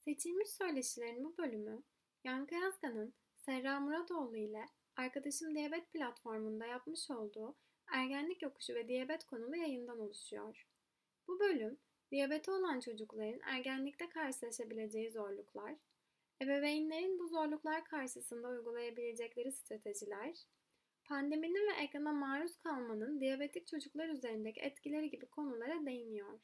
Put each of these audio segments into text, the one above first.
Seçilmiş Söyleşilerin bu bölümü, Yankı Yazgan'ın Serra Muratoğlu ile Arkadaşım Diyabet platformunda yapmış olduğu ergenlik yokuşu ve diyabet konulu yayından oluşuyor. Bu bölüm, diyabeti olan çocukların ergenlikte karşılaşabileceği zorluklar, ebeveynlerin bu zorluklar karşısında uygulayabilecekleri stratejiler, pandeminin ve ekrana maruz kalmanın diyabetik çocuklar üzerindeki etkileri gibi konulara değiniyor.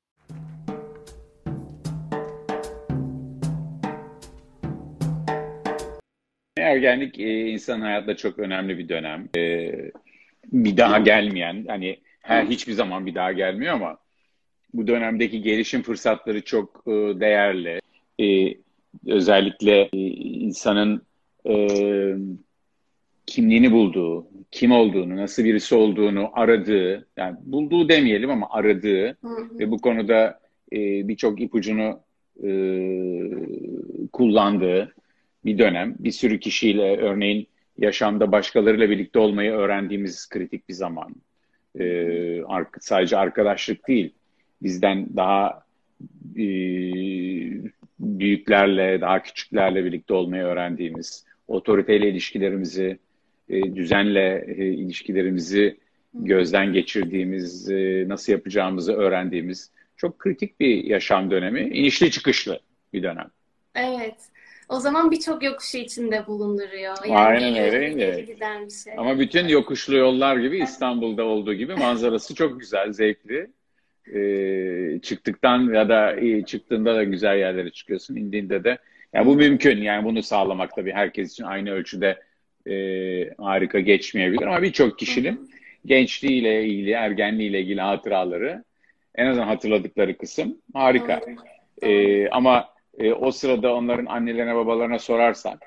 Ergenlik insan hayatında çok önemli bir dönem. Bir daha gelmeyen, hani hiçbir zaman bir daha gelmiyor ama bu dönemdeki gelişim fırsatları çok değerli. E, Özellikle insanın e, kimliğini bulduğu, kim olduğunu, nasıl birisi olduğunu aradığı, yani bulduğu demeyelim ama aradığı ve bu konuda birçok ipucunu e, kullandığı bir dönem. Bir sürü kişiyle örneğin yaşamda başkalarıyla birlikte olmayı öğrendiğimiz kritik bir zaman. Sadece arkadaşlık değil, bizden daha e, büyüklerle, daha küçüklerle birlikte olmayı öğrendiğimiz, otoriteyle ilişkilerimizi, düzenle ilişkilerimizi gözden geçirdiğimiz, nasıl yapacağımızı öğrendiğimiz çok kritik bir yaşam dönemi, inişli çıkışlı bir dönem. Evet. O zaman birçok yokuşu içinde bulunduruyor. Yani Aynen ileri öyle. giden bir şey. Ama bütün yokuşlu yollar gibi İstanbul'da olduğu gibi manzarası çok güzel, zevkli. Çıktıktan ya da çıktığında da güzel yerlere çıkıyorsun, indiğinde de. Yani bu mümkün. Yani bunu sağlamak tabii herkes için aynı ölçüde harika geçmeyebilir ama birçok kişinin gençliğiyle ilgili, ergenliğiyle ilgili hatıraları, en azından hatırladıkları kısım harika. Ama o sırada onların annelerine, babalarına sorarsak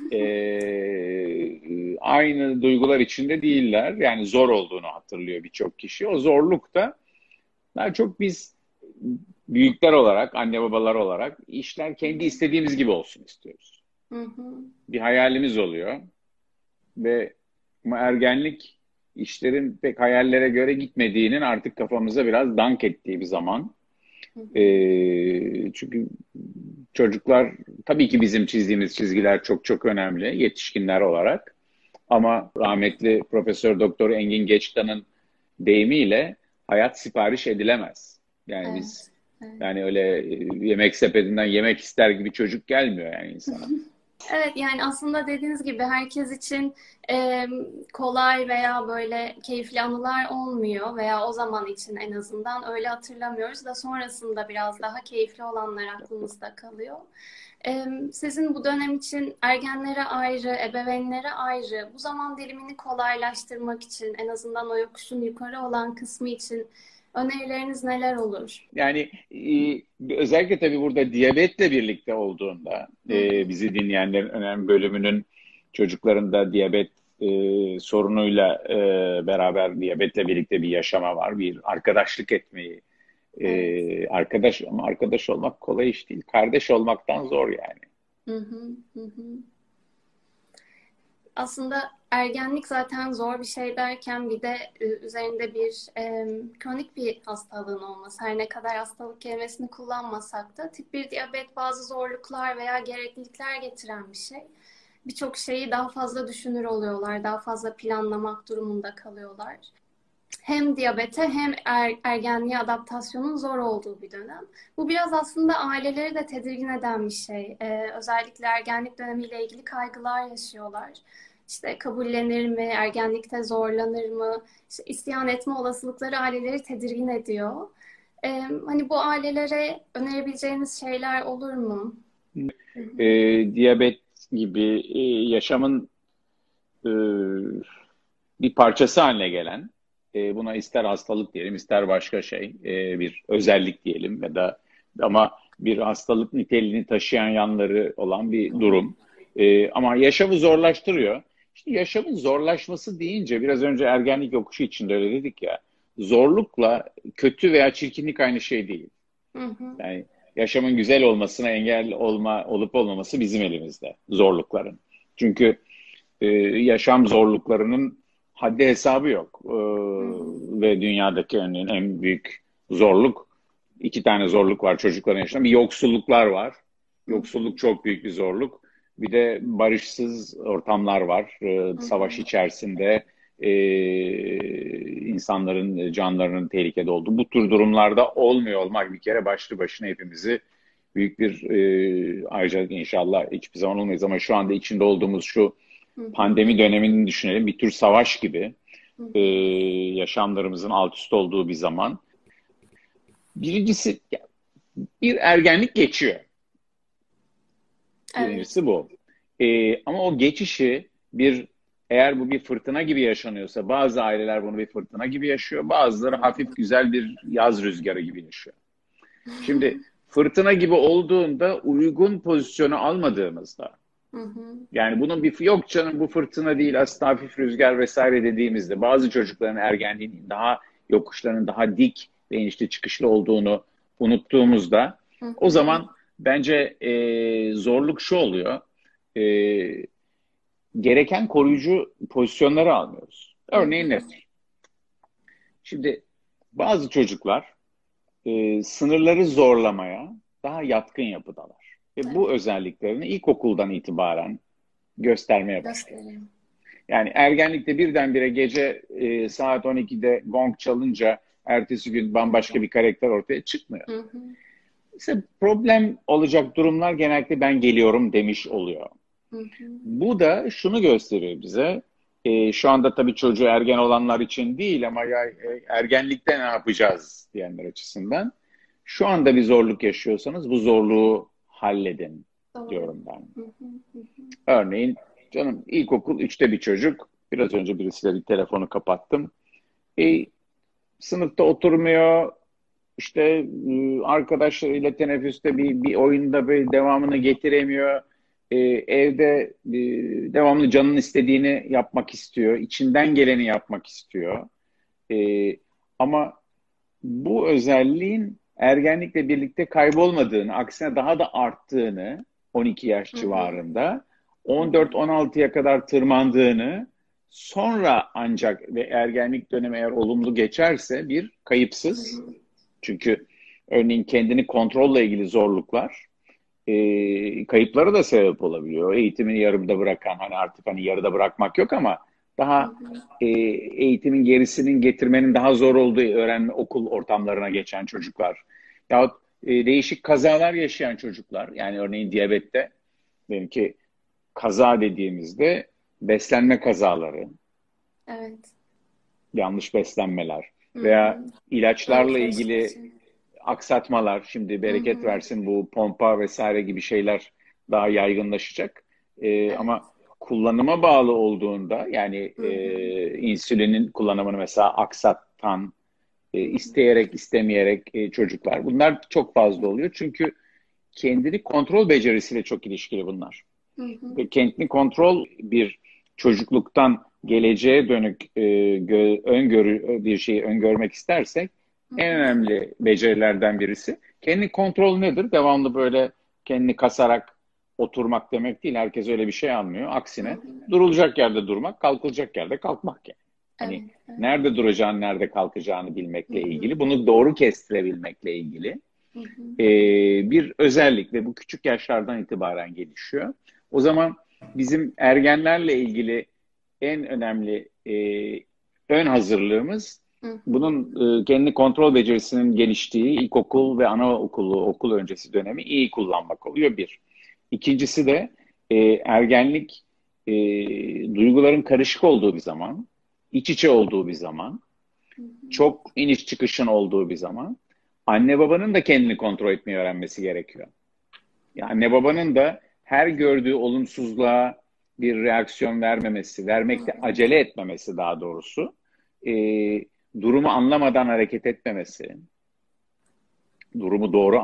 aynı duygular içinde değiller. Yani zor olduğunu hatırlıyor birçok kişi. O zorluk da daha çok biz büyükler olarak, anne babalar olarak işler kendi istediğimiz gibi olsun istiyoruz. Bir hayalimiz oluyor ve ama ergenlik işlerin pek hayallere göre gitmediğinin artık kafamıza biraz dank ettiği bir zaman. Çünkü çocuklar, tabii ki bizim çizdiğimiz çizgiler çok çok önemli yetişkinler olarak. Ama rahmetli Profesör Doktor Engin Geçtan'ın deyimiyle hayat sipariş edilemez. Yani biz yani öyle yemek sepetinden yemek ister gibi çocuk gelmiyor yani insana. Evet, yani aslında dediğiniz gibi herkes için kolay veya böyle keyifli anılar olmuyor veya o zaman için en azından öyle hatırlamıyoruz da sonrasında biraz daha keyifli olanlar aklımızda kalıyor. Sizin bu dönem için ergenlere ayrı, ebeveynlere ayrı, bu zaman dilimini kolaylaştırmak için, en azından o yokuşun yukarı olan kısmı için önerileriniz neler olur? Yani özellikle tabii burada diyabetle birlikte olduğunda bizi dinleyenlerin önemli bölümünün çocuklarında diyabet sorunuyla beraber diyabetle birlikte bir yaşama var. Bir arkadaşlık etmeyi, arkadaş ama arkadaş olmak kolay iş değil. Kardeş olmaktan zor yani. Aslında ergenlik zaten zor bir şey derken bir de üzerinde bir kronik bir hastalığın olması. Her ne kadar hastalık kelimesini kullanmasak da tip 1 diyabet bazı zorluklar veya gereklilikler getiren bir şey. Birçok şeyi daha fazla düşünür oluyorlar, daha fazla planlamak durumunda kalıyorlar. Hem diyabete hem ergenliğe adaptasyonun zor olduğu bir dönem. Bu biraz aslında aileleri de tedirgin eden bir şey. Özellikle ergenlik dönemiyle ilgili kaygılar yaşıyorlar. İşte kabullenir mi, ergenlikte zorlanır mı, işte isyan etme olasılıkları aileleri tedirgin ediyor. Hani bu ailelere önerebileceğiniz şeyler olur mu? Diyabet gibi yaşamın e, bir parçası haline gelen, buna ister hastalık diyelim, ister başka şey, bir özellik diyelim ya da ama bir hastalık niteliğini taşıyan yanları olan bir durum. Ama yaşamı zorlaştırıyor. İşte yaşamın zorlaşması deyince biraz önce ergenlik yokuşu içinde öyle dedik ya, zorlukla kötü veya çirkinlik aynı şey değil. Yani yaşamın güzel olmasına engel olup olmaması bizim elimizde, zorlukların. Çünkü yaşam zorluklarının haddi hesabı yok. Ve dünyadaki örneğin en büyük zorluk, iki tane zorluk var çocukların yaşında. Bir yoksulluklar var. Yoksulluk çok büyük bir zorluk. Bir de barışsız ortamlar var. Savaş içerisinde insanların canlarının tehlikede olduğu. Bu tür durumlarda olmuyor olmak bir kere başlı başına hepimizi büyük bir ayrıca inşallah hiçbir zaman olmayız ama şu anda içinde olduğumuz şu pandemi dönemini düşünelim. Bir tür savaş gibi yaşamlarımızın alt üst olduğu bir zaman. Birincisi bir ergenlik geçiyor. Birincisi bu. Ama o geçişi eğer bu bir fırtına gibi yaşanıyorsa bazı aileler bunu bir fırtına gibi yaşıyor. Bazıları hafif güzel bir yaz rüzgarı gibi yaşıyor. Şimdi fırtına gibi olduğunda uygun pozisyonu almadığımızda yani bunun yok canım bu fırtına değil aslında hafif rüzgar vesaire dediğimizde bazı çocukların ergenliğinin yokuşlarının daha dik ve inişli çıkışlı olduğunu unuttuğumuzda o zaman bence zorluk şu oluyor. Gereken koruyucu pozisyonları almıyoruz. Örneğin nedir? Şimdi bazı çocuklar sınırları zorlamaya daha yatkın yapıdalar. Ve bu özelliklerini ilkokuldan itibaren göstermeye başlıyor. Yani ergenlikte birdenbire gece saat 12'de gong çalınca ertesi gün bambaşka bir karakter ortaya çıkmıyor. İşte problem olacak durumlar genellikle ben geliyorum demiş oluyor. Bu da şunu gösteriyor bize. Şu anda tabii çocuğu ergen olanlar için değil ama ergenlikte ne yapacağız diyenler açısından. Şu anda bir zorluk yaşıyorsanız bu zorluğu halledin diyorum ben. Örneğin canım ilkokul 3'te bir çocuk. Biraz önce birisiyle bir telefonu kapattım. Sınıfta oturmuyor. İşte arkadaşlarıyla teneffüste bir oyunda bir devamını getiremiyor. Evde devamlı canın istediğini yapmak istiyor. İçinden geleni yapmak istiyor. Ama bu özelliğin ergenlikle birlikte kaybolmadığını, aksine daha da arttığını 12 yaş civarında 14-16'ya kadar tırmandığını sonra ancak ve ergenlik dönemi eğer olumlu geçerse bir kayıpsız. Çünkü örneğin kendini kontrolle ilgili zorluklar kayıplara da sebep olabiliyor. Eğitimini yarıda bırakan, artık yarıda bırakmak yok ama daha eğitimin gerisinin getirmenin daha zor olduğu öğrenme okul ortamlarına geçen çocuklar. Yahut değişik kazalar yaşayan çocuklar. Yani örneğin diyabette benimki kaza dediğimizde beslenme kazaları. Evet. Yanlış beslenmeler veya ilaçlarla ilgili aksatmalar, şimdi bereket versin bu pompa vesaire gibi şeyler daha yaygınlaşacak. Ama kullanıma bağlı olduğunda yani insülinin kullanımını mesela aksatan, isteyerek istemeyerek çocuklar bunlar çok fazla oluyor. Çünkü kendini kontrol becerisiyle çok ilişkili bunlar. Ve kendini kontrol bir çocukluktan geleceğe dönük bir şeyi öngörmek istersek en önemli becerilerden birisi. Kendi kontrol nedir? Devamlı böyle kendini kasarak oturmak demek değil. Herkes öyle bir şey anlıyor. Aksine durulacak yerde durmak, kalkılacak yerde kalkmak yani. Hani nerede duracağını, nerede kalkacağını bilmekle ilgili, bunu doğru kestirebilmekle ilgili bir özellik ve bu küçük yaşlardan itibaren gelişiyor. O zaman bizim ergenlerle ilgili en önemli ön hazırlığımız bunun kendi kontrol becerisinin geliştiği ilkokul ve anaokulu, okul öncesi dönemi iyi kullanmak oluyor bir. İkincisi de ergenlik duyguların karışık olduğu bir zaman, iç içe olduğu bir zaman, çok iniş çıkışın olduğu bir zaman anne babanın da kendini kontrol etmeyi öğrenmesi gerekiyor. Yani anne babanın da her gördüğü olumsuzluğa bir reaksiyon vermekte acele etmemesi daha doğrusu, durumu anlamadan hareket etmemesi, durumu doğru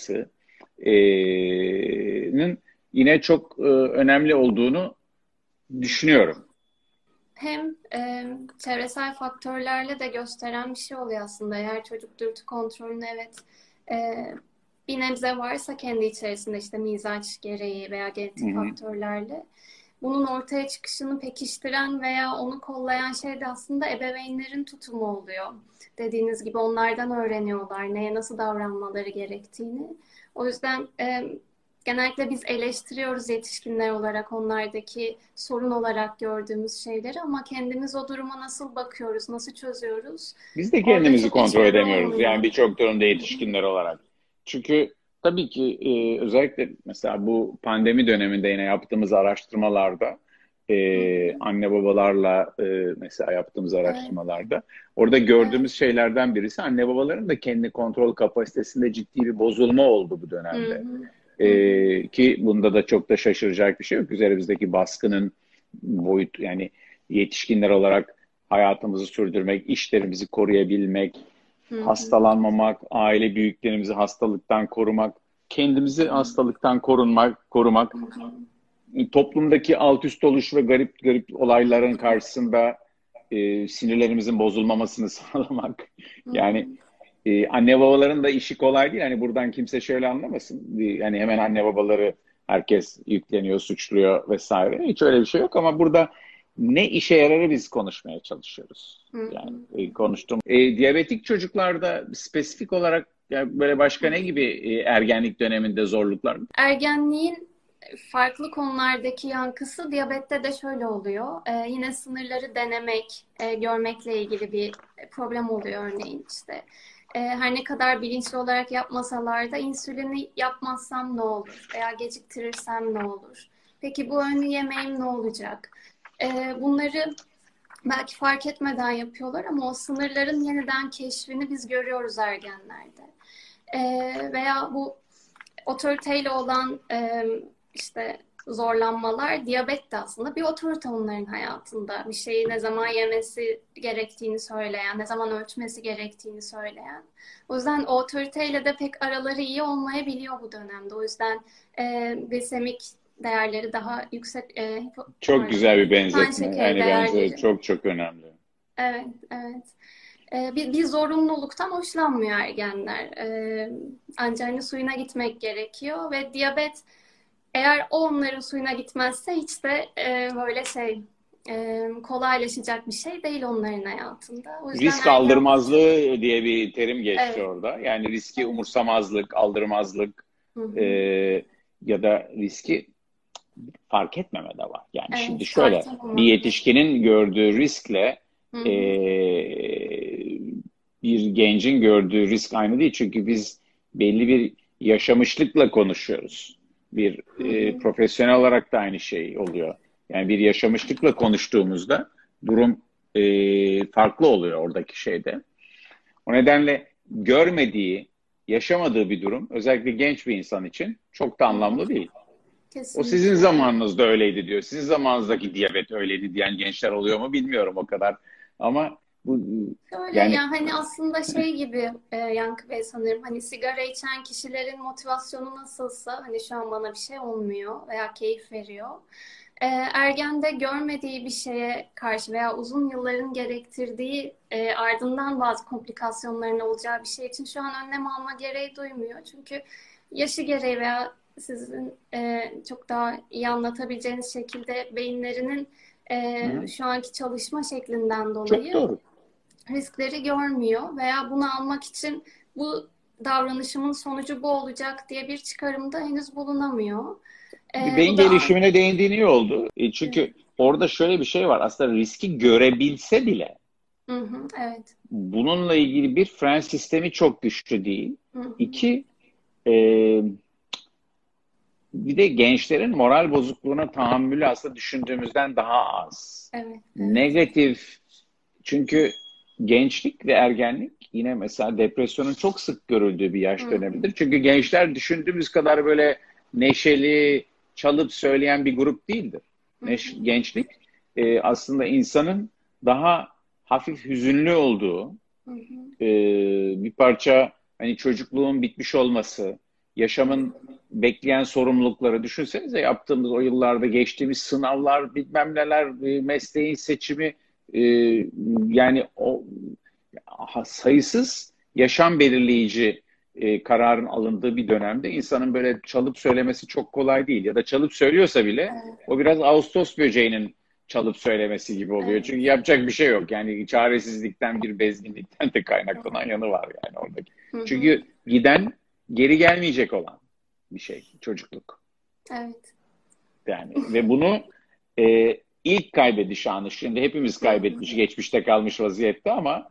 anlamasının yine çok önemli olduğunu düşünüyorum. Hem çevresel faktörlerle de gösteren bir şey oluyor aslında. Eğer çocuk dürtü kontrolünü bir nebze varsa kendi içerisinde işte mizaç gereği veya genetik faktörlerle bunun ortaya çıkışını pekiştiren veya onu kollayan şey de aslında ebeveynlerin tutumu oluyor. Dediğiniz gibi onlardan öğreniyorlar neye nasıl davranmaları gerektiğini. O yüzden genellikle biz eleştiriyoruz yetişkinler olarak onlardaki sorun olarak gördüğümüz şeyleri ama kendimiz o duruma nasıl bakıyoruz, nasıl çözüyoruz? Biz de Orada kendimizi çok kontrol içgörü edemiyoruz. Yani olmuyor. birçok durumda Hı hı. yetişkinler olarak. Çünkü tabii ki özellikle mesela bu pandemi döneminde yine yaptığımız araştırmalarda Hı hı. anne babalarla mesela yaptığımız Evet, araştırmalarda orada evet. gördüğümüz şeylerden birisi anne babaların da kendi kontrol kapasitesinde ciddi bir bozulma oldu bu Hı dönemde. hı. Hı hı. Ki bunda da çok da şaşıracak bir şey yok. Üzerimizdeki baskının boyut yani yetişkinler olarak hayatımızı sürdürmek, işlerimizi koruyabilmek, Hı hı. hastalanmamak, aile büyüklerimizi hastalıktan korumak, kendimizi Hı hastalıktan korumak, hı. toplumdaki alt üst oluş ve garip garip olayların karşısında sinirlerimizin bozulmamasını sağlamak. Hı Yani hı. anne babaların da işi kolay değil. Hani buradan kimse şöyle anlamasın. Yani hemen anne babaları herkes yükleniyor, suçluyor vesaire. Hiç öyle bir şey yok ama burada ne işe yararı biz konuşmaya çalışıyoruz. Hı Yani hı. konuştum. Diyabetik çocuklarda spesifik olarak yani böyle başka ne gibi ergenlik döneminde zorluklar? Ergenliğin farklı konulardaki yankısı diyabette de şöyle oluyor. Yine sınırları denemek, görmekle ilgili bir problem oluyor örneğin işte. Her ne kadar bilinçli olarak yapmasalar da insülini yapmazsam ne olur veya geciktirirsem ne olur? Peki bu öğünü yemeğim ne olacak? Bunları belki fark etmeden yapıyorlar ama o sınırların yeniden keşfini biz görüyoruz ergenlerde. Veya bu otoriteyle olan işte zorlanmalar, diyabet de aslında bir otorite onların hayatında. Bir şeyi ne zaman yemesi gerektiğini söyleyen, ne zaman ölçmesi gerektiğini söyleyen. O yüzden o otoriteyle de pek araları iyi olmayabiliyor bu dönemde. O yüzden glisemik değerleri daha yüksek, Çok güzel bir kan benzetme. şekeri Yani bence değerleri. çok çok önemli. Evet, evet. Bir zorunluluktan hoşlanmıyor ergenler. Ancak hani suyuna gitmek gerekiyor ve diyabet eğer o onların suyuna gitmezse hiç de böyle kolaylaşacak bir şey değil onların hayatında. O yüzden Risk ergenlik çok... aldırmazlığı diye bir terim geçti Evet, orada. Yani riski evet. umursamazlık, aldırmazlık Hı e, hı. ya da riski fark etmeme de var. Yani şimdi Evet, şöyle bir tartamama. yetişkinin gördüğü riskle Hı e, hı. bir gencin gördüğü risk aynı değil. Çünkü biz belli bir yaşamışlıkla konuşuyoruz. Bir Hı hı. profesyonel olarak da aynı şey oluyor. Yani bir yaşamışlıkla konuştuğumuzda durum farklı oluyor oradaki şeyde. O nedenle görmediği, yaşamadığı bir durum özellikle genç bir insan için çok da Hı hı. anlamlı değil. O sizin Kesinlikle, evet. zamanınızda öyleydi diyor. Sizin zamanınızdaki diyabet öyleydi diyen gençler oluyor mu bilmiyorum o kadar. Ama bu Öyle yani ya hani aslında şey gibi Yankı Bey sanırım hani sigara içen kişilerin motivasyonu nasılsa hani şu an bana bir şey olmuyor veya keyif veriyor. Ergen de görmediği bir şeye karşı veya uzun yılların gerektirdiği ardından bazı komplikasyonların olacağı bir şey için şu an önlem alma gereği duymuyor. Çünkü yaşı gereği veya sizin çok daha iyi anlatabileceğiniz şekilde beyinlerinin hı hı, şu anki çalışma şeklinden çok dolayı doğru. riskleri görmüyor veya bunu almak için bu davranışımın sonucu bu olacak diye bir çıkarımda henüz bulunamıyor. Beyin Bu da az. gelişimine değindiğin iyi oldu. Evet. Çünkü orada şöyle bir şey var. Aslında riski görebilse bile Hı hı, evet. bununla ilgili bir fren sistemi çok güçlü değil. Hı hı, İki, e, bir de gençlerin moral bozukluğuna tahammülü aslında düşündüğümüzden daha az. evet, evet. Negatif, çünkü gençlik ve ergenlik yine mesela depresyonun çok sık görüldüğü bir Hı yaş hı, dönemidir. Çünkü gençler düşündüğümüz kadar böyle neşeli, çalıp söyleyen bir grup değildir. hı hı, Gençlik aslında insanın daha hafif hüzünlü olduğu, hı hı, e, bir parça hani çocukluğun bitmiş olması, hı yaşamın hı. bekleyen sorumlulukları düşünsenize yaptığımız o yıllarda geçtiğimiz sınavlar, bilmem neler, mesleğin seçimi, e, yani o sayısız yaşam belirleyici kararın alındığı bir dönemde insanın böyle çalıp söylemesi çok kolay değil. Ya da çalıp söylüyorsa bile Evet, o biraz Ağustos böceğinin çalıp söylemesi gibi oluyor. Çünkü evet. yapacak bir şey yok. Yani çaresizlikten, bir bezginlikten de Evet. kaynaklanan yanı var yani oradaki. Hı hı, Çünkü giden geri gelmeyecek olan. bir şey, çocukluk. Evet. Yani ve bunu ilk kaybediş anı, şimdi hepimiz kaybetmiş, geçmişte kalmış vaziyette ama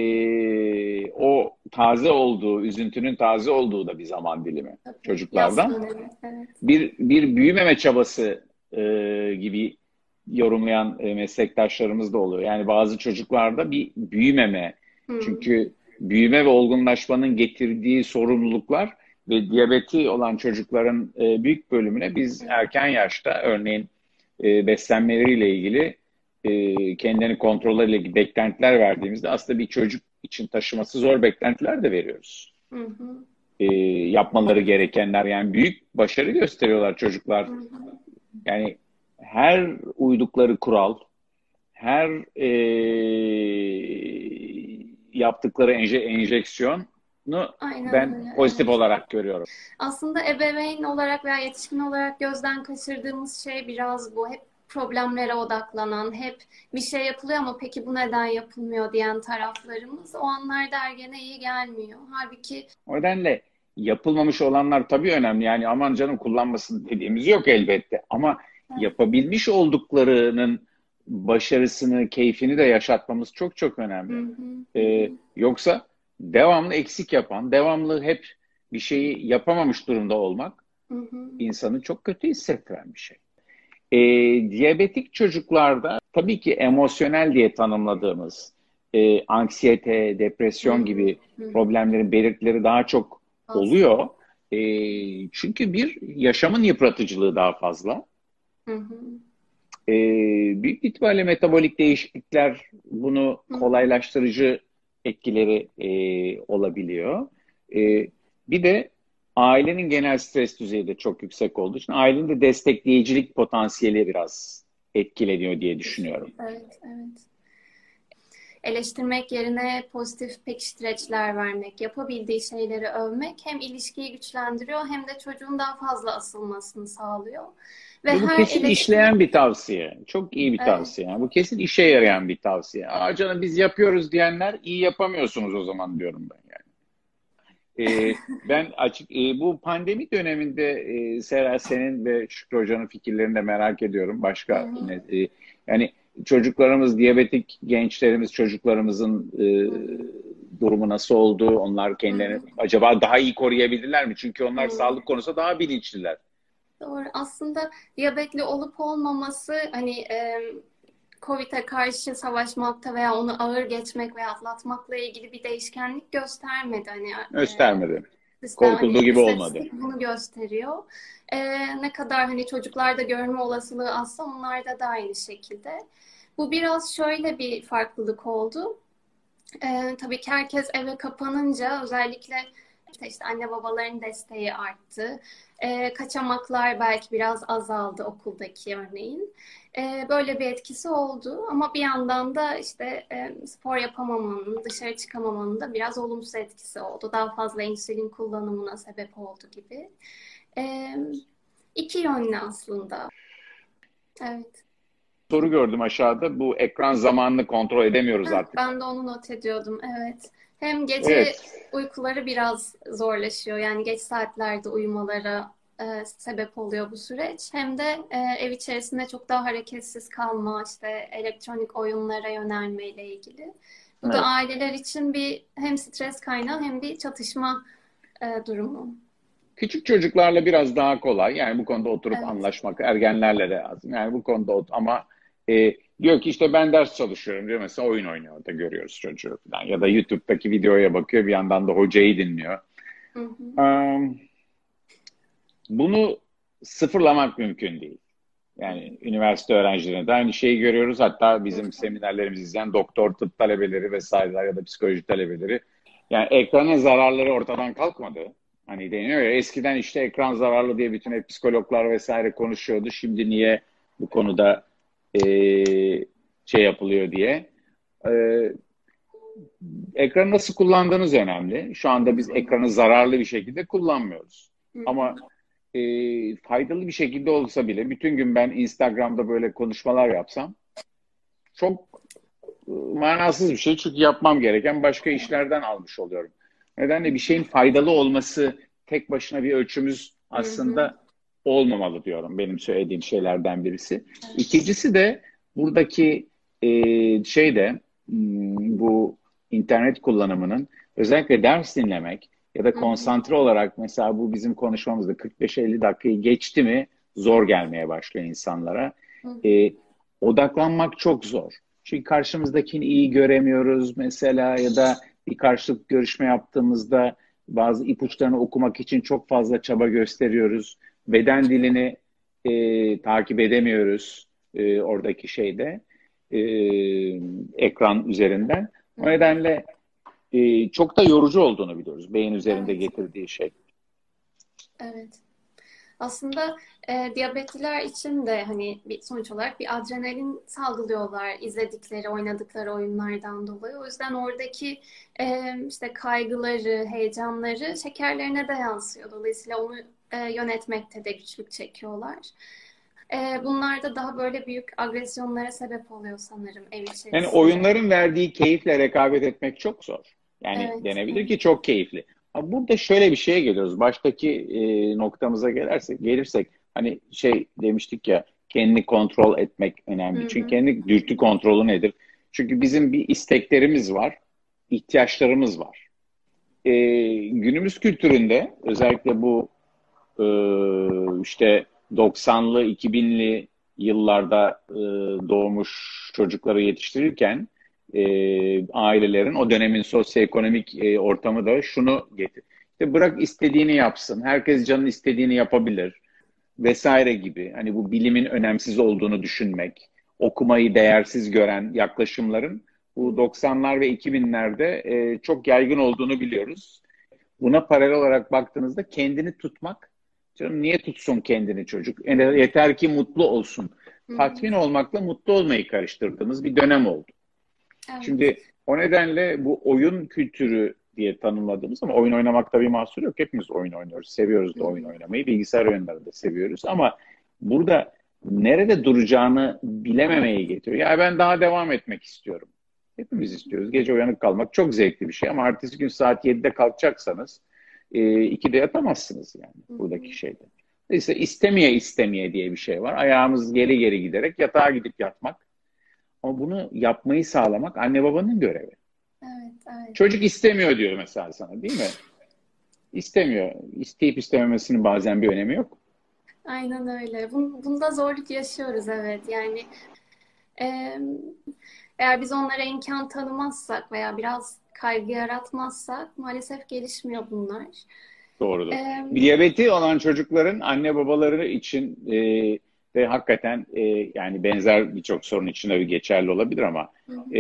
o taze olduğu, üzüntünün taze olduğu da bir zaman dilimi Tabii. Yaz çocuklardan. dönemi. Evet. Bir büyümeme çabası gibi yorumlayan meslektaşlarımız da oluyor. Yani bazı çocuklarda bir büyümeme, Hı. çünkü büyüme ve olgunlaşmanın getirdiği sorumluluklar ve diyabeti olan çocukların büyük bölümüne biz erken yaşta örneğin beslenmeleriyle ilgili kendini kontrolleriyle ilgili beklentiler verdiğimizde aslında bir çocuk için taşıması zor beklentiler de veriyoruz. Hı hı. Yapmaları gerekenler, yani büyük başarı gösteriyorlar çocuklar. Hı hı. Yani her uydukları kural, her yaptıkları enjeksiyonu Aynen ben öyle. pozitif Evet. olarak görüyorum. Aslında ebeveyn olarak veya yetişkin olarak gözden kaçırdığımız şey biraz bu. Hep problemlere odaklanan, hep bir şey yapılıyor ama peki bu neden yapılmıyor diyen taraflarımız o anlarda ergene iyi gelmiyor. Halbuki O nedenle yapılmamış olanlar tabii önemli. Yani aman canım kullanmasın dediğimiz yok elbette. Ama yapabilmiş olduklarının başarısını, keyfini de yaşatmamız çok çok hı önemli. hı, hı hı, Yoksa devamlı eksik yapan, devamlı hep bir şeyi yapamamış durumda olmak hı hı, insanı çok kötü hissettiren bir şey. Diyabetik çocuklarda tabii ki emosyonel diye tanımladığımız anksiyete, hı depresyon hı, gibi hı hı. problemlerin belirtileri daha çok Fazla. oluyor. Çünkü bir yaşamın yıpratıcılığı daha fazla. Hı hı, E, Büyük ihtimalle metabolik değişiklikler bunu hı hı. kolaylaştırıcı etkileri olabiliyor. Bir de ailenin genel stres düzeyi de çok yüksek olduğu için ailenin de destekleyicilik potansiyeli biraz etkileniyor diye düşünüyorum. Evet, evet. Eleştirmek yerine pozitif pekiştireçler vermek, yapabildiği şeyleri övmek hem ilişkiyi güçlendiriyor hem de çocuğun daha fazla asılmasını sağlıyor. Ve Ve bu her kesin eleştiri, işleyen bir tavsiye. Çok iyi bir evet, tavsiye. Yani bu kesin işe yarayan bir tavsiye. Aa canım biz yapıyoruz diyenler iyi yapamıyorsunuz o zaman diyorum ben yani. Ben açık bu pandemi döneminde Sera senin ve Şükrü Hoca'nın fikirlerini de merak ediyorum. hı Başka hı, yani çocuklarımız, diyabetik gençlerimiz, çocuklarımızın hı hı, durumu nasıl oldu? Onlar hı kendilerini hı, acaba daha iyi koruyabilirler mi? Çünkü onlar hı. sağlık konusunda daha bilinçliler. Doğru. Aslında diyabetli olup olmaması hani COVID'e karşı savaşmakta veya onu ağır geçmek veya atlatmakla ilgili bir değişkenlik göstermedi. Hani Göstermedi. sistem Korkulduğu hani gibi olmadı. istatistik bunu gösteriyor. Ne kadar hani çocuklarda görme olasılığı azsa onlarda da aynı şekilde. Bu biraz şöyle bir farklılık oldu. Tabii ki herkes eve kapanınca özellikle işte anne babaların desteği arttı. Kaçamaklar belki biraz azaldı okuldaki örneğin. Böyle bir etkisi oldu ama bir yandan da işte spor yapamamanın, dışarı çıkamamanın da biraz olumsuz etkisi oldu. Daha fazla insülin kullanımına sebep oldu gibi. Ee, iki yönlü aslında. Evet. Soru gördüm aşağıda. Bu ekran zamanını kontrol edemiyoruz Heh, artık. ben de onu not ediyordum. Evet. Hem gece Evet. uykuları biraz zorlaşıyor. Yani geç saatlerde uyumalara sebep oluyor bu süreç. Hem de ev içerisinde çok daha hareketsiz kalma, işte elektronik oyunlara yönelmeyle ilgili. Bu da Evet. aileler için bir hem stres kaynağı hem bir çatışma durumu. Küçük çocuklarla biraz daha kolay. Yani bu konuda oturup Evet. anlaşmak, ergenlerle de lazım. Yani bu konuda ama diyor ki işte ben ders çalışıyorum diyor. Mesela oyun oynuyor da görüyoruz çocuğu falan. Ya da YouTube'daki videoya bakıyor bir yandan da hocayı dinliyor. Hı hı. Um, Bunu sıfırlamak mümkün değil. Yani üniversite öğrencilerinde de aynı şeyi görüyoruz. Hatta Hı bizim hı. seminerlerimizi izleyen doktor tıp talebeleri vesaireler ya da psikoloji talebeleri. Yani ekranın zararları ortadan kalkmadı. Hani deniyor ya eskiden işte ekran zararlı diye bütün hep psikologlar vesaire konuşuyordu. Şimdi niye bu konuda şey yapılıyor diye. E, Ekranı nasıl kullandığınız önemli. Şu anda biz ekranı zararlı bir şekilde kullanmıyoruz. Hı Ama hı. faydalı bir şekilde olsa bile bütün gün ben Instagram'da böyle konuşmalar yapsam çok manasız bir şey. Çünkü yapmam gereken başka işlerden almış oluyorum. Nedenle bir şeyin faydalı olması tek başına bir ölçümüz Hı hı. aslında olmamalı diyorum. Benim söylediğim şeylerden birisi. Evet. İkincisi de buradaki bu internet kullanımının özellikle ders dinlemek ya da Hı hı. konsantre olarak mesela bu bizim konuşmamızda 45-50 dakikayı geçti mi zor gelmeye başlıyor insanlara. Hı hı. E, Odaklanmak çok zor. Çünkü karşımızdakini iyi göremiyoruz mesela ya da bir karşılık görüşme yaptığımızda bazı ipuçlarını okumak için çok fazla çaba gösteriyoruz. Beden dilini takip edemiyoruz oradaki e, ekran üzerinden. Hı O hı. nedenle çok da yorucu olduğunu biliyoruz. Beyin üzerinde Evet. getirdiği şey. Evet. Aslında diyabetliler için de hani bir, sonuç olarak bir adrenalin salgılıyorlar izledikleri, oynadıkları oyunlardan dolayı. O yüzden oradaki işte kaygıları, heyecanları şekerlerine de yansıyor. Dolayısıyla onu yönetmekte de güçlük çekiyorlar. Bunlar da daha böyle büyük agresyonlara sebep oluyor sanırım ev Yani içerisinde. oyunların verdiği keyifle rekabet etmek çok zor. Yani Evet, denebilir evet. ki çok keyifli. Ama burada şöyle bir şeye geliyoruz. Baştaki noktamıza gelirsek hani demiştik ya kendini kontrol etmek önemli. Hı Çünkü hı. kendi dürtü kontrolü nedir? Çünkü bizim bir isteklerimiz var, ihtiyaçlarımız var. E, Günümüz kültüründe özellikle bu e, işte 90'lı 2000'li yıllarda doğmuş çocukları yetiştirirken ailelerin o dönemin sosyoekonomik ortamı da şunu getir. İşte bırak istediğini yapsın. Herkes canın istediğini yapabilir vesaire gibi. Hani bu bilimin önemsiz olduğunu düşünmek, okumayı değersiz gören yaklaşımların bu 90'lar ve 2000'lerde çok yaygın olduğunu biliyoruz. Buna paralel olarak baktığınızda kendini tutmak, canım niye tutsun kendini çocuk? Yani yeter ki mutlu olsun. Hı hı. Tatmin olmakla mutlu olmayı karıştırdığımız bir dönem oldu. Evet. Şimdi o nedenle bu oyun kültürü diye tanımladığımız ama oyun oynamakta bir mahsur yok. Hepimiz oyun oynuyoruz. Seviyoruz Hı da oyun hı. oynamayı. Bilgisayar oyunları da seviyoruz. Ama burada nerede duracağını bilememeye getiriyor. Ya ben daha devam etmek istiyorum. Hepimiz istiyoruz. Gece uyanık kalmak çok zevkli bir şey ama ertesi gün saat 7'de kalkacaksanız 2'de yatamazsınız yani Hı buradaki hı. şeyde. Dolayısıyla istemeye diye bir şey var. Ayağımız geri geri giderek yatağa gidip yatmak. Ama bunu yapmayı sağlamak anne babanın görevi. Evet, evet. Çocuk istemiyor diyor mesela sana değil mi? İstemiyor. İsteyip istememesinin bazen bir önemi yok. Aynen öyle. Bunda zorluk yaşıyoruz, evet. Yani e, eğer biz onlara imkan tanımazsak veya biraz kaygı yaratmazsak maalesef gelişmiyor bunlar. Doğrudur. E, Diyabeti olan çocukların anne babaları için ve hakikaten yani benzer birçok sorun için de geçerli olabilir ama hı hı,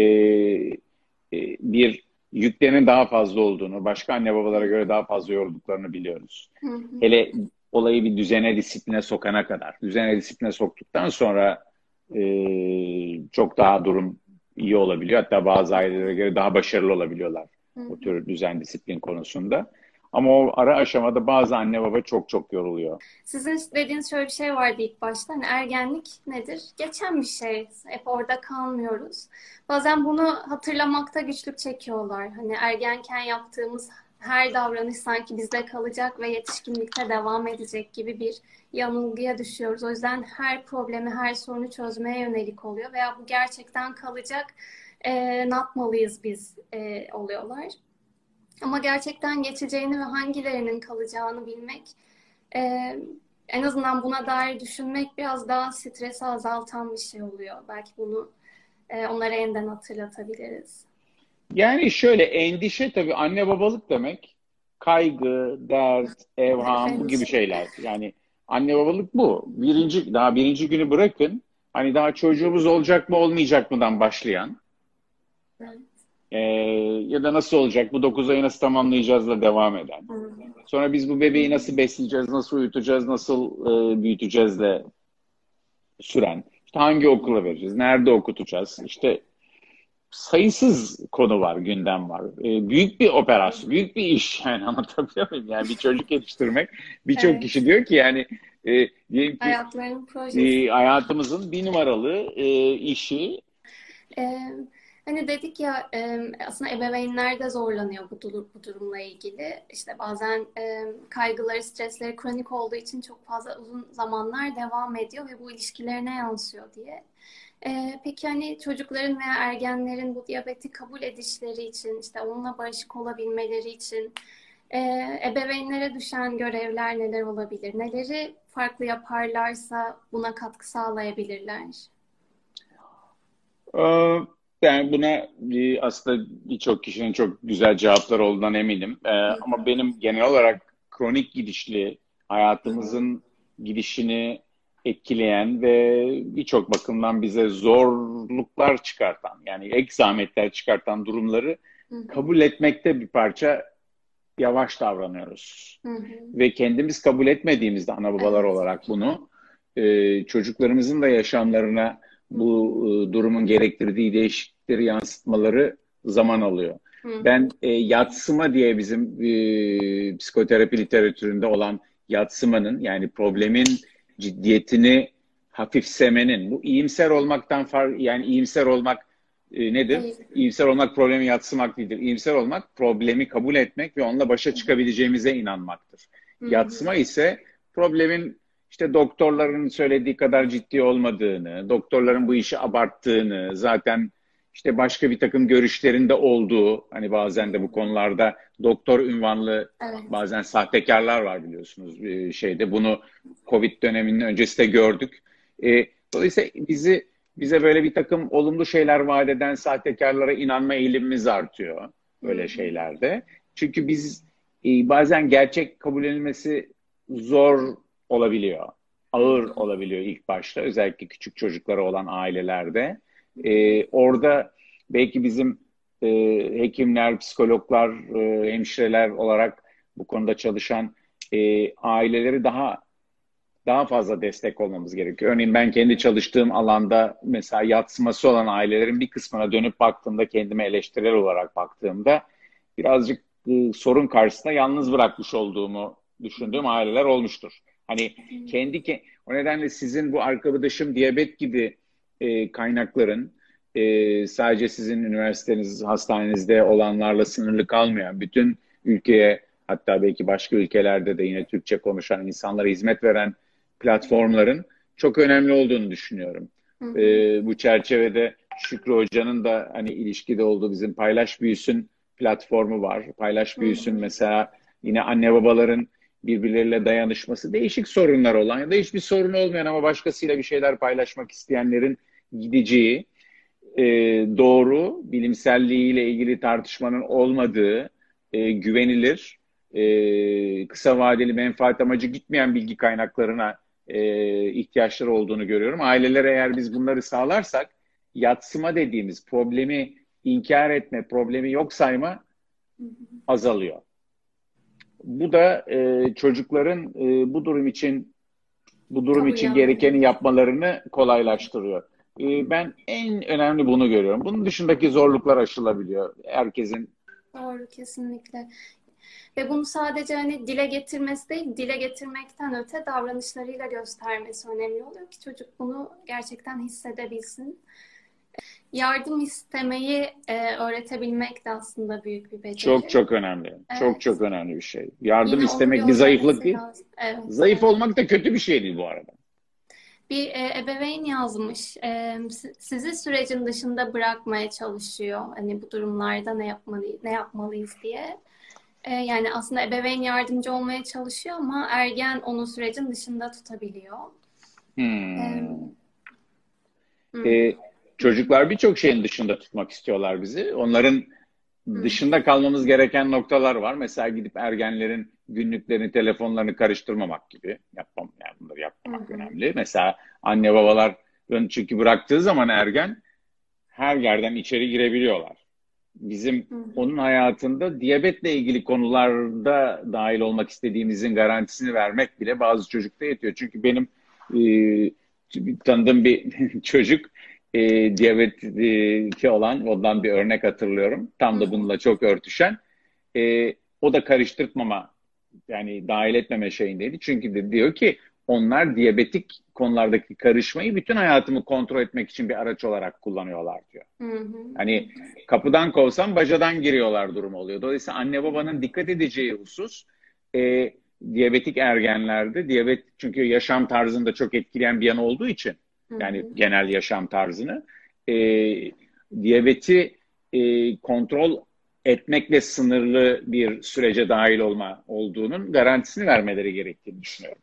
bir yüklerin daha fazla olduğunu, başka anne babalara göre daha fazla yorduklarını biliyoruz. hı hı, Hele olayı bir düzene, disipline sokana kadar. Düzene, disipline soktuktan sonra çok daha durum iyi olabiliyor. Hatta bazı ailelere göre daha başarılı olabiliyorlar hı o hı. tür düzen, disiplin konusunda. Ama o ara aşamada bazı anne baba çok çok yoruluyor. Sizin dediğiniz şöyle bir şey vardı ilk başta. Hani ergenlik nedir? Geçen bir şey. Hep orada kalmıyoruz. Bazen bunu hatırlamakta güçlük çekiyorlar. Hani ergenken yaptığımız her davranış sanki bizde kalacak ve yetişkinlikte devam edecek gibi bir yanılgıya düşüyoruz. O yüzden her problemi, her sorunu çözmeye yönelik oluyor. Veya bu gerçekten kalacak. Ne yapmalıyız biz oluyorlar. Ama gerçekten geçeceğini ve hangilerinin kalacağını bilmek, e, en azından buna dair düşünmek biraz daha stresi azaltan bir şey oluyor. Belki bunu onlara yeniden hatırlatabiliriz. Yani şöyle endişe tabii anne babalık demek kaygı, dert, evham bu gibi Endişe. şeyler. Yani anne babalık bu. Daha birinci günü bırakın. Hani daha çocuğumuz olacak mı olmayacak mıdan başlayan e, ya da nasıl olacak bu 9 ayı nasıl tamamlayacağızla devam eden. Sonra biz bu bebeği nasıl besleyeceğiz, nasıl uyutacağız, nasıl büyüteceğizle süren. İşte hangi okula vereceğiz, nerede okutacağız. İşte sayısız konu var, gündem var. Büyük bir operasyon, büyük bir iş yani anlatabiliyor muyum? Yani bir çocuk yetiştirmek birçok kişi Evet. diyor ki yani diyelim ki Hayatların projesi. hayatımızın bir numaralı işi. Hani dedik ya aslında ebeveynler de zorlanıyor bu durumla ilgili. İşte bazen kaygıları, stresleri kronik olduğu için çok fazla uzun zamanlar devam ediyor ve bu ilişkilerine yansıyor diye. Peki hani çocukların veya ergenlerin bu diyabeti kabul edişleri için, işte onunla barışık olabilmeleri için ebeveynlere düşen görevler neler olabilir? Neleri farklı yaparlarsa buna katkı sağlayabilirler? Ee, Yani buna aslında birçok kişinin çok güzel cevapları olduğundan eminim. Hı Ama hı. benim genel olarak kronik gidişli Hı hı. hayatımızın gidişini etkileyen ve birçok bakımdan bize zorluklar çıkartan, yani ek zahmetler çıkartan durumları Hı hı. kabul etmekte bir parça yavaş davranıyoruz. Hı hı. Ve kendimiz kabul etmediğimizde ana babalar Evet. olarak bunu çocuklarımızın da yaşamlarına Hı bu hı. durumun gerektirdiği değişiklikleri yansıtmaları zaman alıyor. Hı hı. Ben yadsıma diye bizim psikoterapi literatüründe olan yadsımanın, yani problemin ciddiyetini hafifsemenin, bu iyimser olmaktan yani iyimser olmak nedir? Değil. İyimser olmak problemi yadsımak değildir. İyimser olmak problemi kabul etmek ve onunla başa Hı hı. çıkabileceğimize inanmaktır. Hı hı. Yadsıma ise problemin işte doktorların söylediği kadar ciddi olmadığını, Hı doktorların bu hı. işi abarttığını, zaten işte başka bir takım görüşlerinde olduğu, hani Hı bazen de bu hı. konularda doktor ünvanlı Evet. bazen sahtekarlar var biliyorsunuz şeyde. Bunu Covid döneminin öncesinde gördük. Dolayısıyla bize böyle bir takım olumlu şeyler vaat eden sahtekarlara inanma eğilimimiz artıyor Hı böyle hı. şeylerde. Çünkü biz bazen gerçek kabul edilmesi zor olabiliyor. Hı Ağır hı. olabiliyor ilk başta. Özellikle küçük çocukları olan ailelerde. Orada belki bizim e, hekimler, psikologlar, hemşireler olarak bu konuda çalışan aileleri daha fazla destek olmamız gerekiyor. Örneğin ben kendi çalıştığım alanda mesela yatsıması olan ailelerin bir kısmına dönüp baktığımda, kendime eleştirel olarak baktığımda birazcık sorun karşısında yalnız bırakmış olduğumu düşündüğüm aileler olmuştur. Hani o nedenle sizin bu arkadaşım diyabet gibi kaynakların sadece sizin üniversiteniz, hastanenizde olanlarla sınırlı kalmayan bütün ülkeye, hatta belki başka ülkelerde de yine Türkçe konuşan insanlara hizmet veren platformların çok önemli olduğunu düşünüyorum. Hı hı. Bu çerçevede Şükrü Hoca'nın da hani ilişkide olduğu bizim Paylaş Büyüsün platformu var. Paylaş Hı Büyüsün hı. mesela yine anne babaların birbirleriyle dayanışması, değişik sorunlar olan ya da hiçbir sorun olmayan ama başkasıyla bir şeyler paylaşmak isteyenlerin gideceği, e, doğru, bilimselliğiyle ilgili tartışmanın olmadığı, güvenilir, kısa vadeli menfaat amacı gitmeyen bilgi kaynaklarına ihtiyaçları olduğunu görüyorum. Ailelere eğer biz bunları sağlarsak, yadsıma dediğimiz problemi inkar etme, problemi yok sayma Hı hı. azalıyor. Bu da çocukların bu durum için gerekeni Kabullenmeleri. yapmalarını kolaylaştırıyor. Ben en önemli bunu görüyorum. Bunun dışındaki zorluklar aşılabiliyor. Herkesin Doğru, kesinlikle. Ve bunu sadece hani dile getirmesi değil, dile getirmekten öte davranışlarıyla göstermesi önemli oluyor ki çocuk bunu gerçekten hissedebilsin. Yardım istemeyi öğretebilmek de aslında büyük bir çok beceri. çok önemli. Çok Evet. çok önemli bir şey. Yardım Yine onu istemek bir zayıflık görmemesi değil. lazım. Evet, Zayıf evet. olmak da kötü bir şey değil bu arada. Bir ebeveyn yazmış. Sizi sürecin dışında bırakmaya çalışıyor. Hani bu durumlarda ne yapmalıyız diye. Yani aslında ebeveyn yardımcı olmaya çalışıyor ama ergen onu sürecin dışında tutabiliyor. Hmm. E, hı, E, Çocuklar birçok şeyin dışında tutmak istiyorlar bizi. Onların hı, dışında kalmamız gereken noktalar var. Mesela gidip ergenlerin günlüklerini, telefonlarını karıştırmamak gibi. Yani bunları hı, yapmamak hı, önemli. Mesela anne babaların çünkü bıraktığı zaman ergen her yerden içeri girebiliyorlar. Bizim hı, hı. onun hayatında diyabetle ilgili konularda dahil olmak istediğimizin garantisini vermek bile bazı çocukta yetiyor. Çünkü benim tanıdığım bir çocuk diyabeti olan, ondan bir örnek hatırlıyorum. Hı Tam da hı. bununla çok örtüşen. O da karıştırmama, yani dahil etmeme şeyindeydi. Çünkü de diyor ki onlar diyabetik konulardaki karışmayı bütün hayatımı kontrol etmek için bir araç olarak kullanıyorlar diyor. Hı hı. Hani kapıdan kovsam bacadan giriyorlar durum oluyor. Dolayısıyla anne babanın dikkat edeceği husus diyabetik ergenlerde, diyabet çünkü yaşam tarzını da çok etkileyen bir yanı olduğu için, yani genel yaşam tarzını, diyabeti kontrol etmekle sınırlı bir sürece dahil olduğunun garantisini vermeleri gerektiğini düşünüyorum.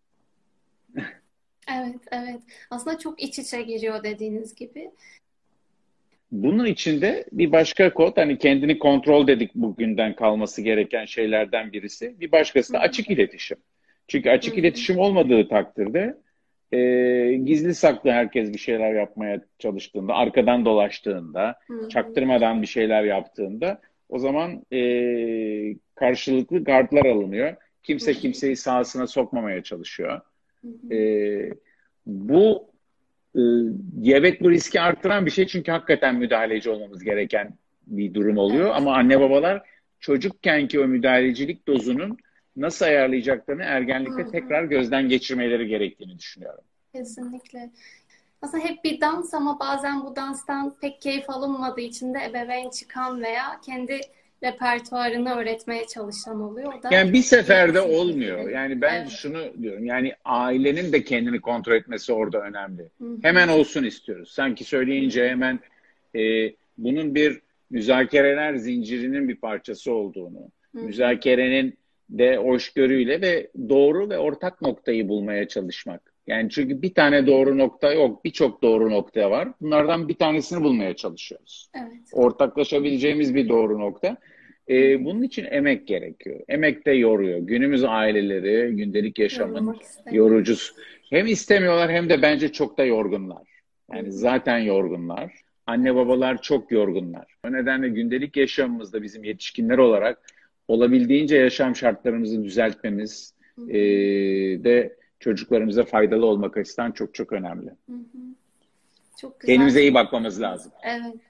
Evet, evet. Aslında çok iç içe giriyor dediğiniz gibi. Bunun içinde bir başka kod, hani kendini kontrol dedik, bugünden kalması gereken şeylerden birisi. Bir başkası da açık iletişim. Çünkü açık iletişim olmadığı takdirde gizli saklı herkes bir şeyler yapmaya çalıştığında, arkadan dolaştığında, çaktırmadan bir şeyler yaptığında o zaman karşılıklı gardlar alınıyor. Kimse kimseyi sahasına sokmamaya çalışıyor. Bu diyabet bu riski artıran bir şey çünkü hakikaten müdahaleci olmamız gereken bir durum oluyor. Evet. Ama anne babalar çocukkenki o müdahalecilik dozunun nasıl ayarlayacaklarını ergenlikte tekrar gözden geçirmeleri gerektiğini düşünüyorum. Kesinlikle. Aslında hep bir dans ama bazen bu danstan pek keyif alınmadığı için de ebeveyn çıkan veya kendi repertuarını öğretmeye çalışan oluyor. O da Yani bir seferde olmuyor. Yani ben şunu diyorum. Yani ailenin de kendini kontrol etmesi orada önemli. Hemen olsun istiyoruz. Sanki söyleyince hemen bunun bir müzakereler zincirinin bir parçası olduğunu, müzakerenin de hoşgörüyle ve doğru ve ortak noktayı bulmaya çalışmak. Yani çünkü bir tane doğru nokta yok, birçok doğru nokta var. Bunlardan bir tanesini bulmaya çalışıyoruz. Evet. Ortaklaşabileceğimiz bir doğru nokta. Bunun için emek gerekiyor. Emek de yoruyor. Günümüz aileleri, gündelik yaşamın yorucu. Hem istemiyorlar hem de bence çok da yorgunlar. Yani zaten yorgunlar. Anne babalar çok yorgunlar. O nedenle gündelik yaşamımızda bizim yetişkinler olarak olabildiğince yaşam şartlarımızı düzeltmemiz de çocuklarımıza faydalı olmak açısından çok çok önemli. Çok güzel. Kendimize iyi bakmamız lazım. Evet.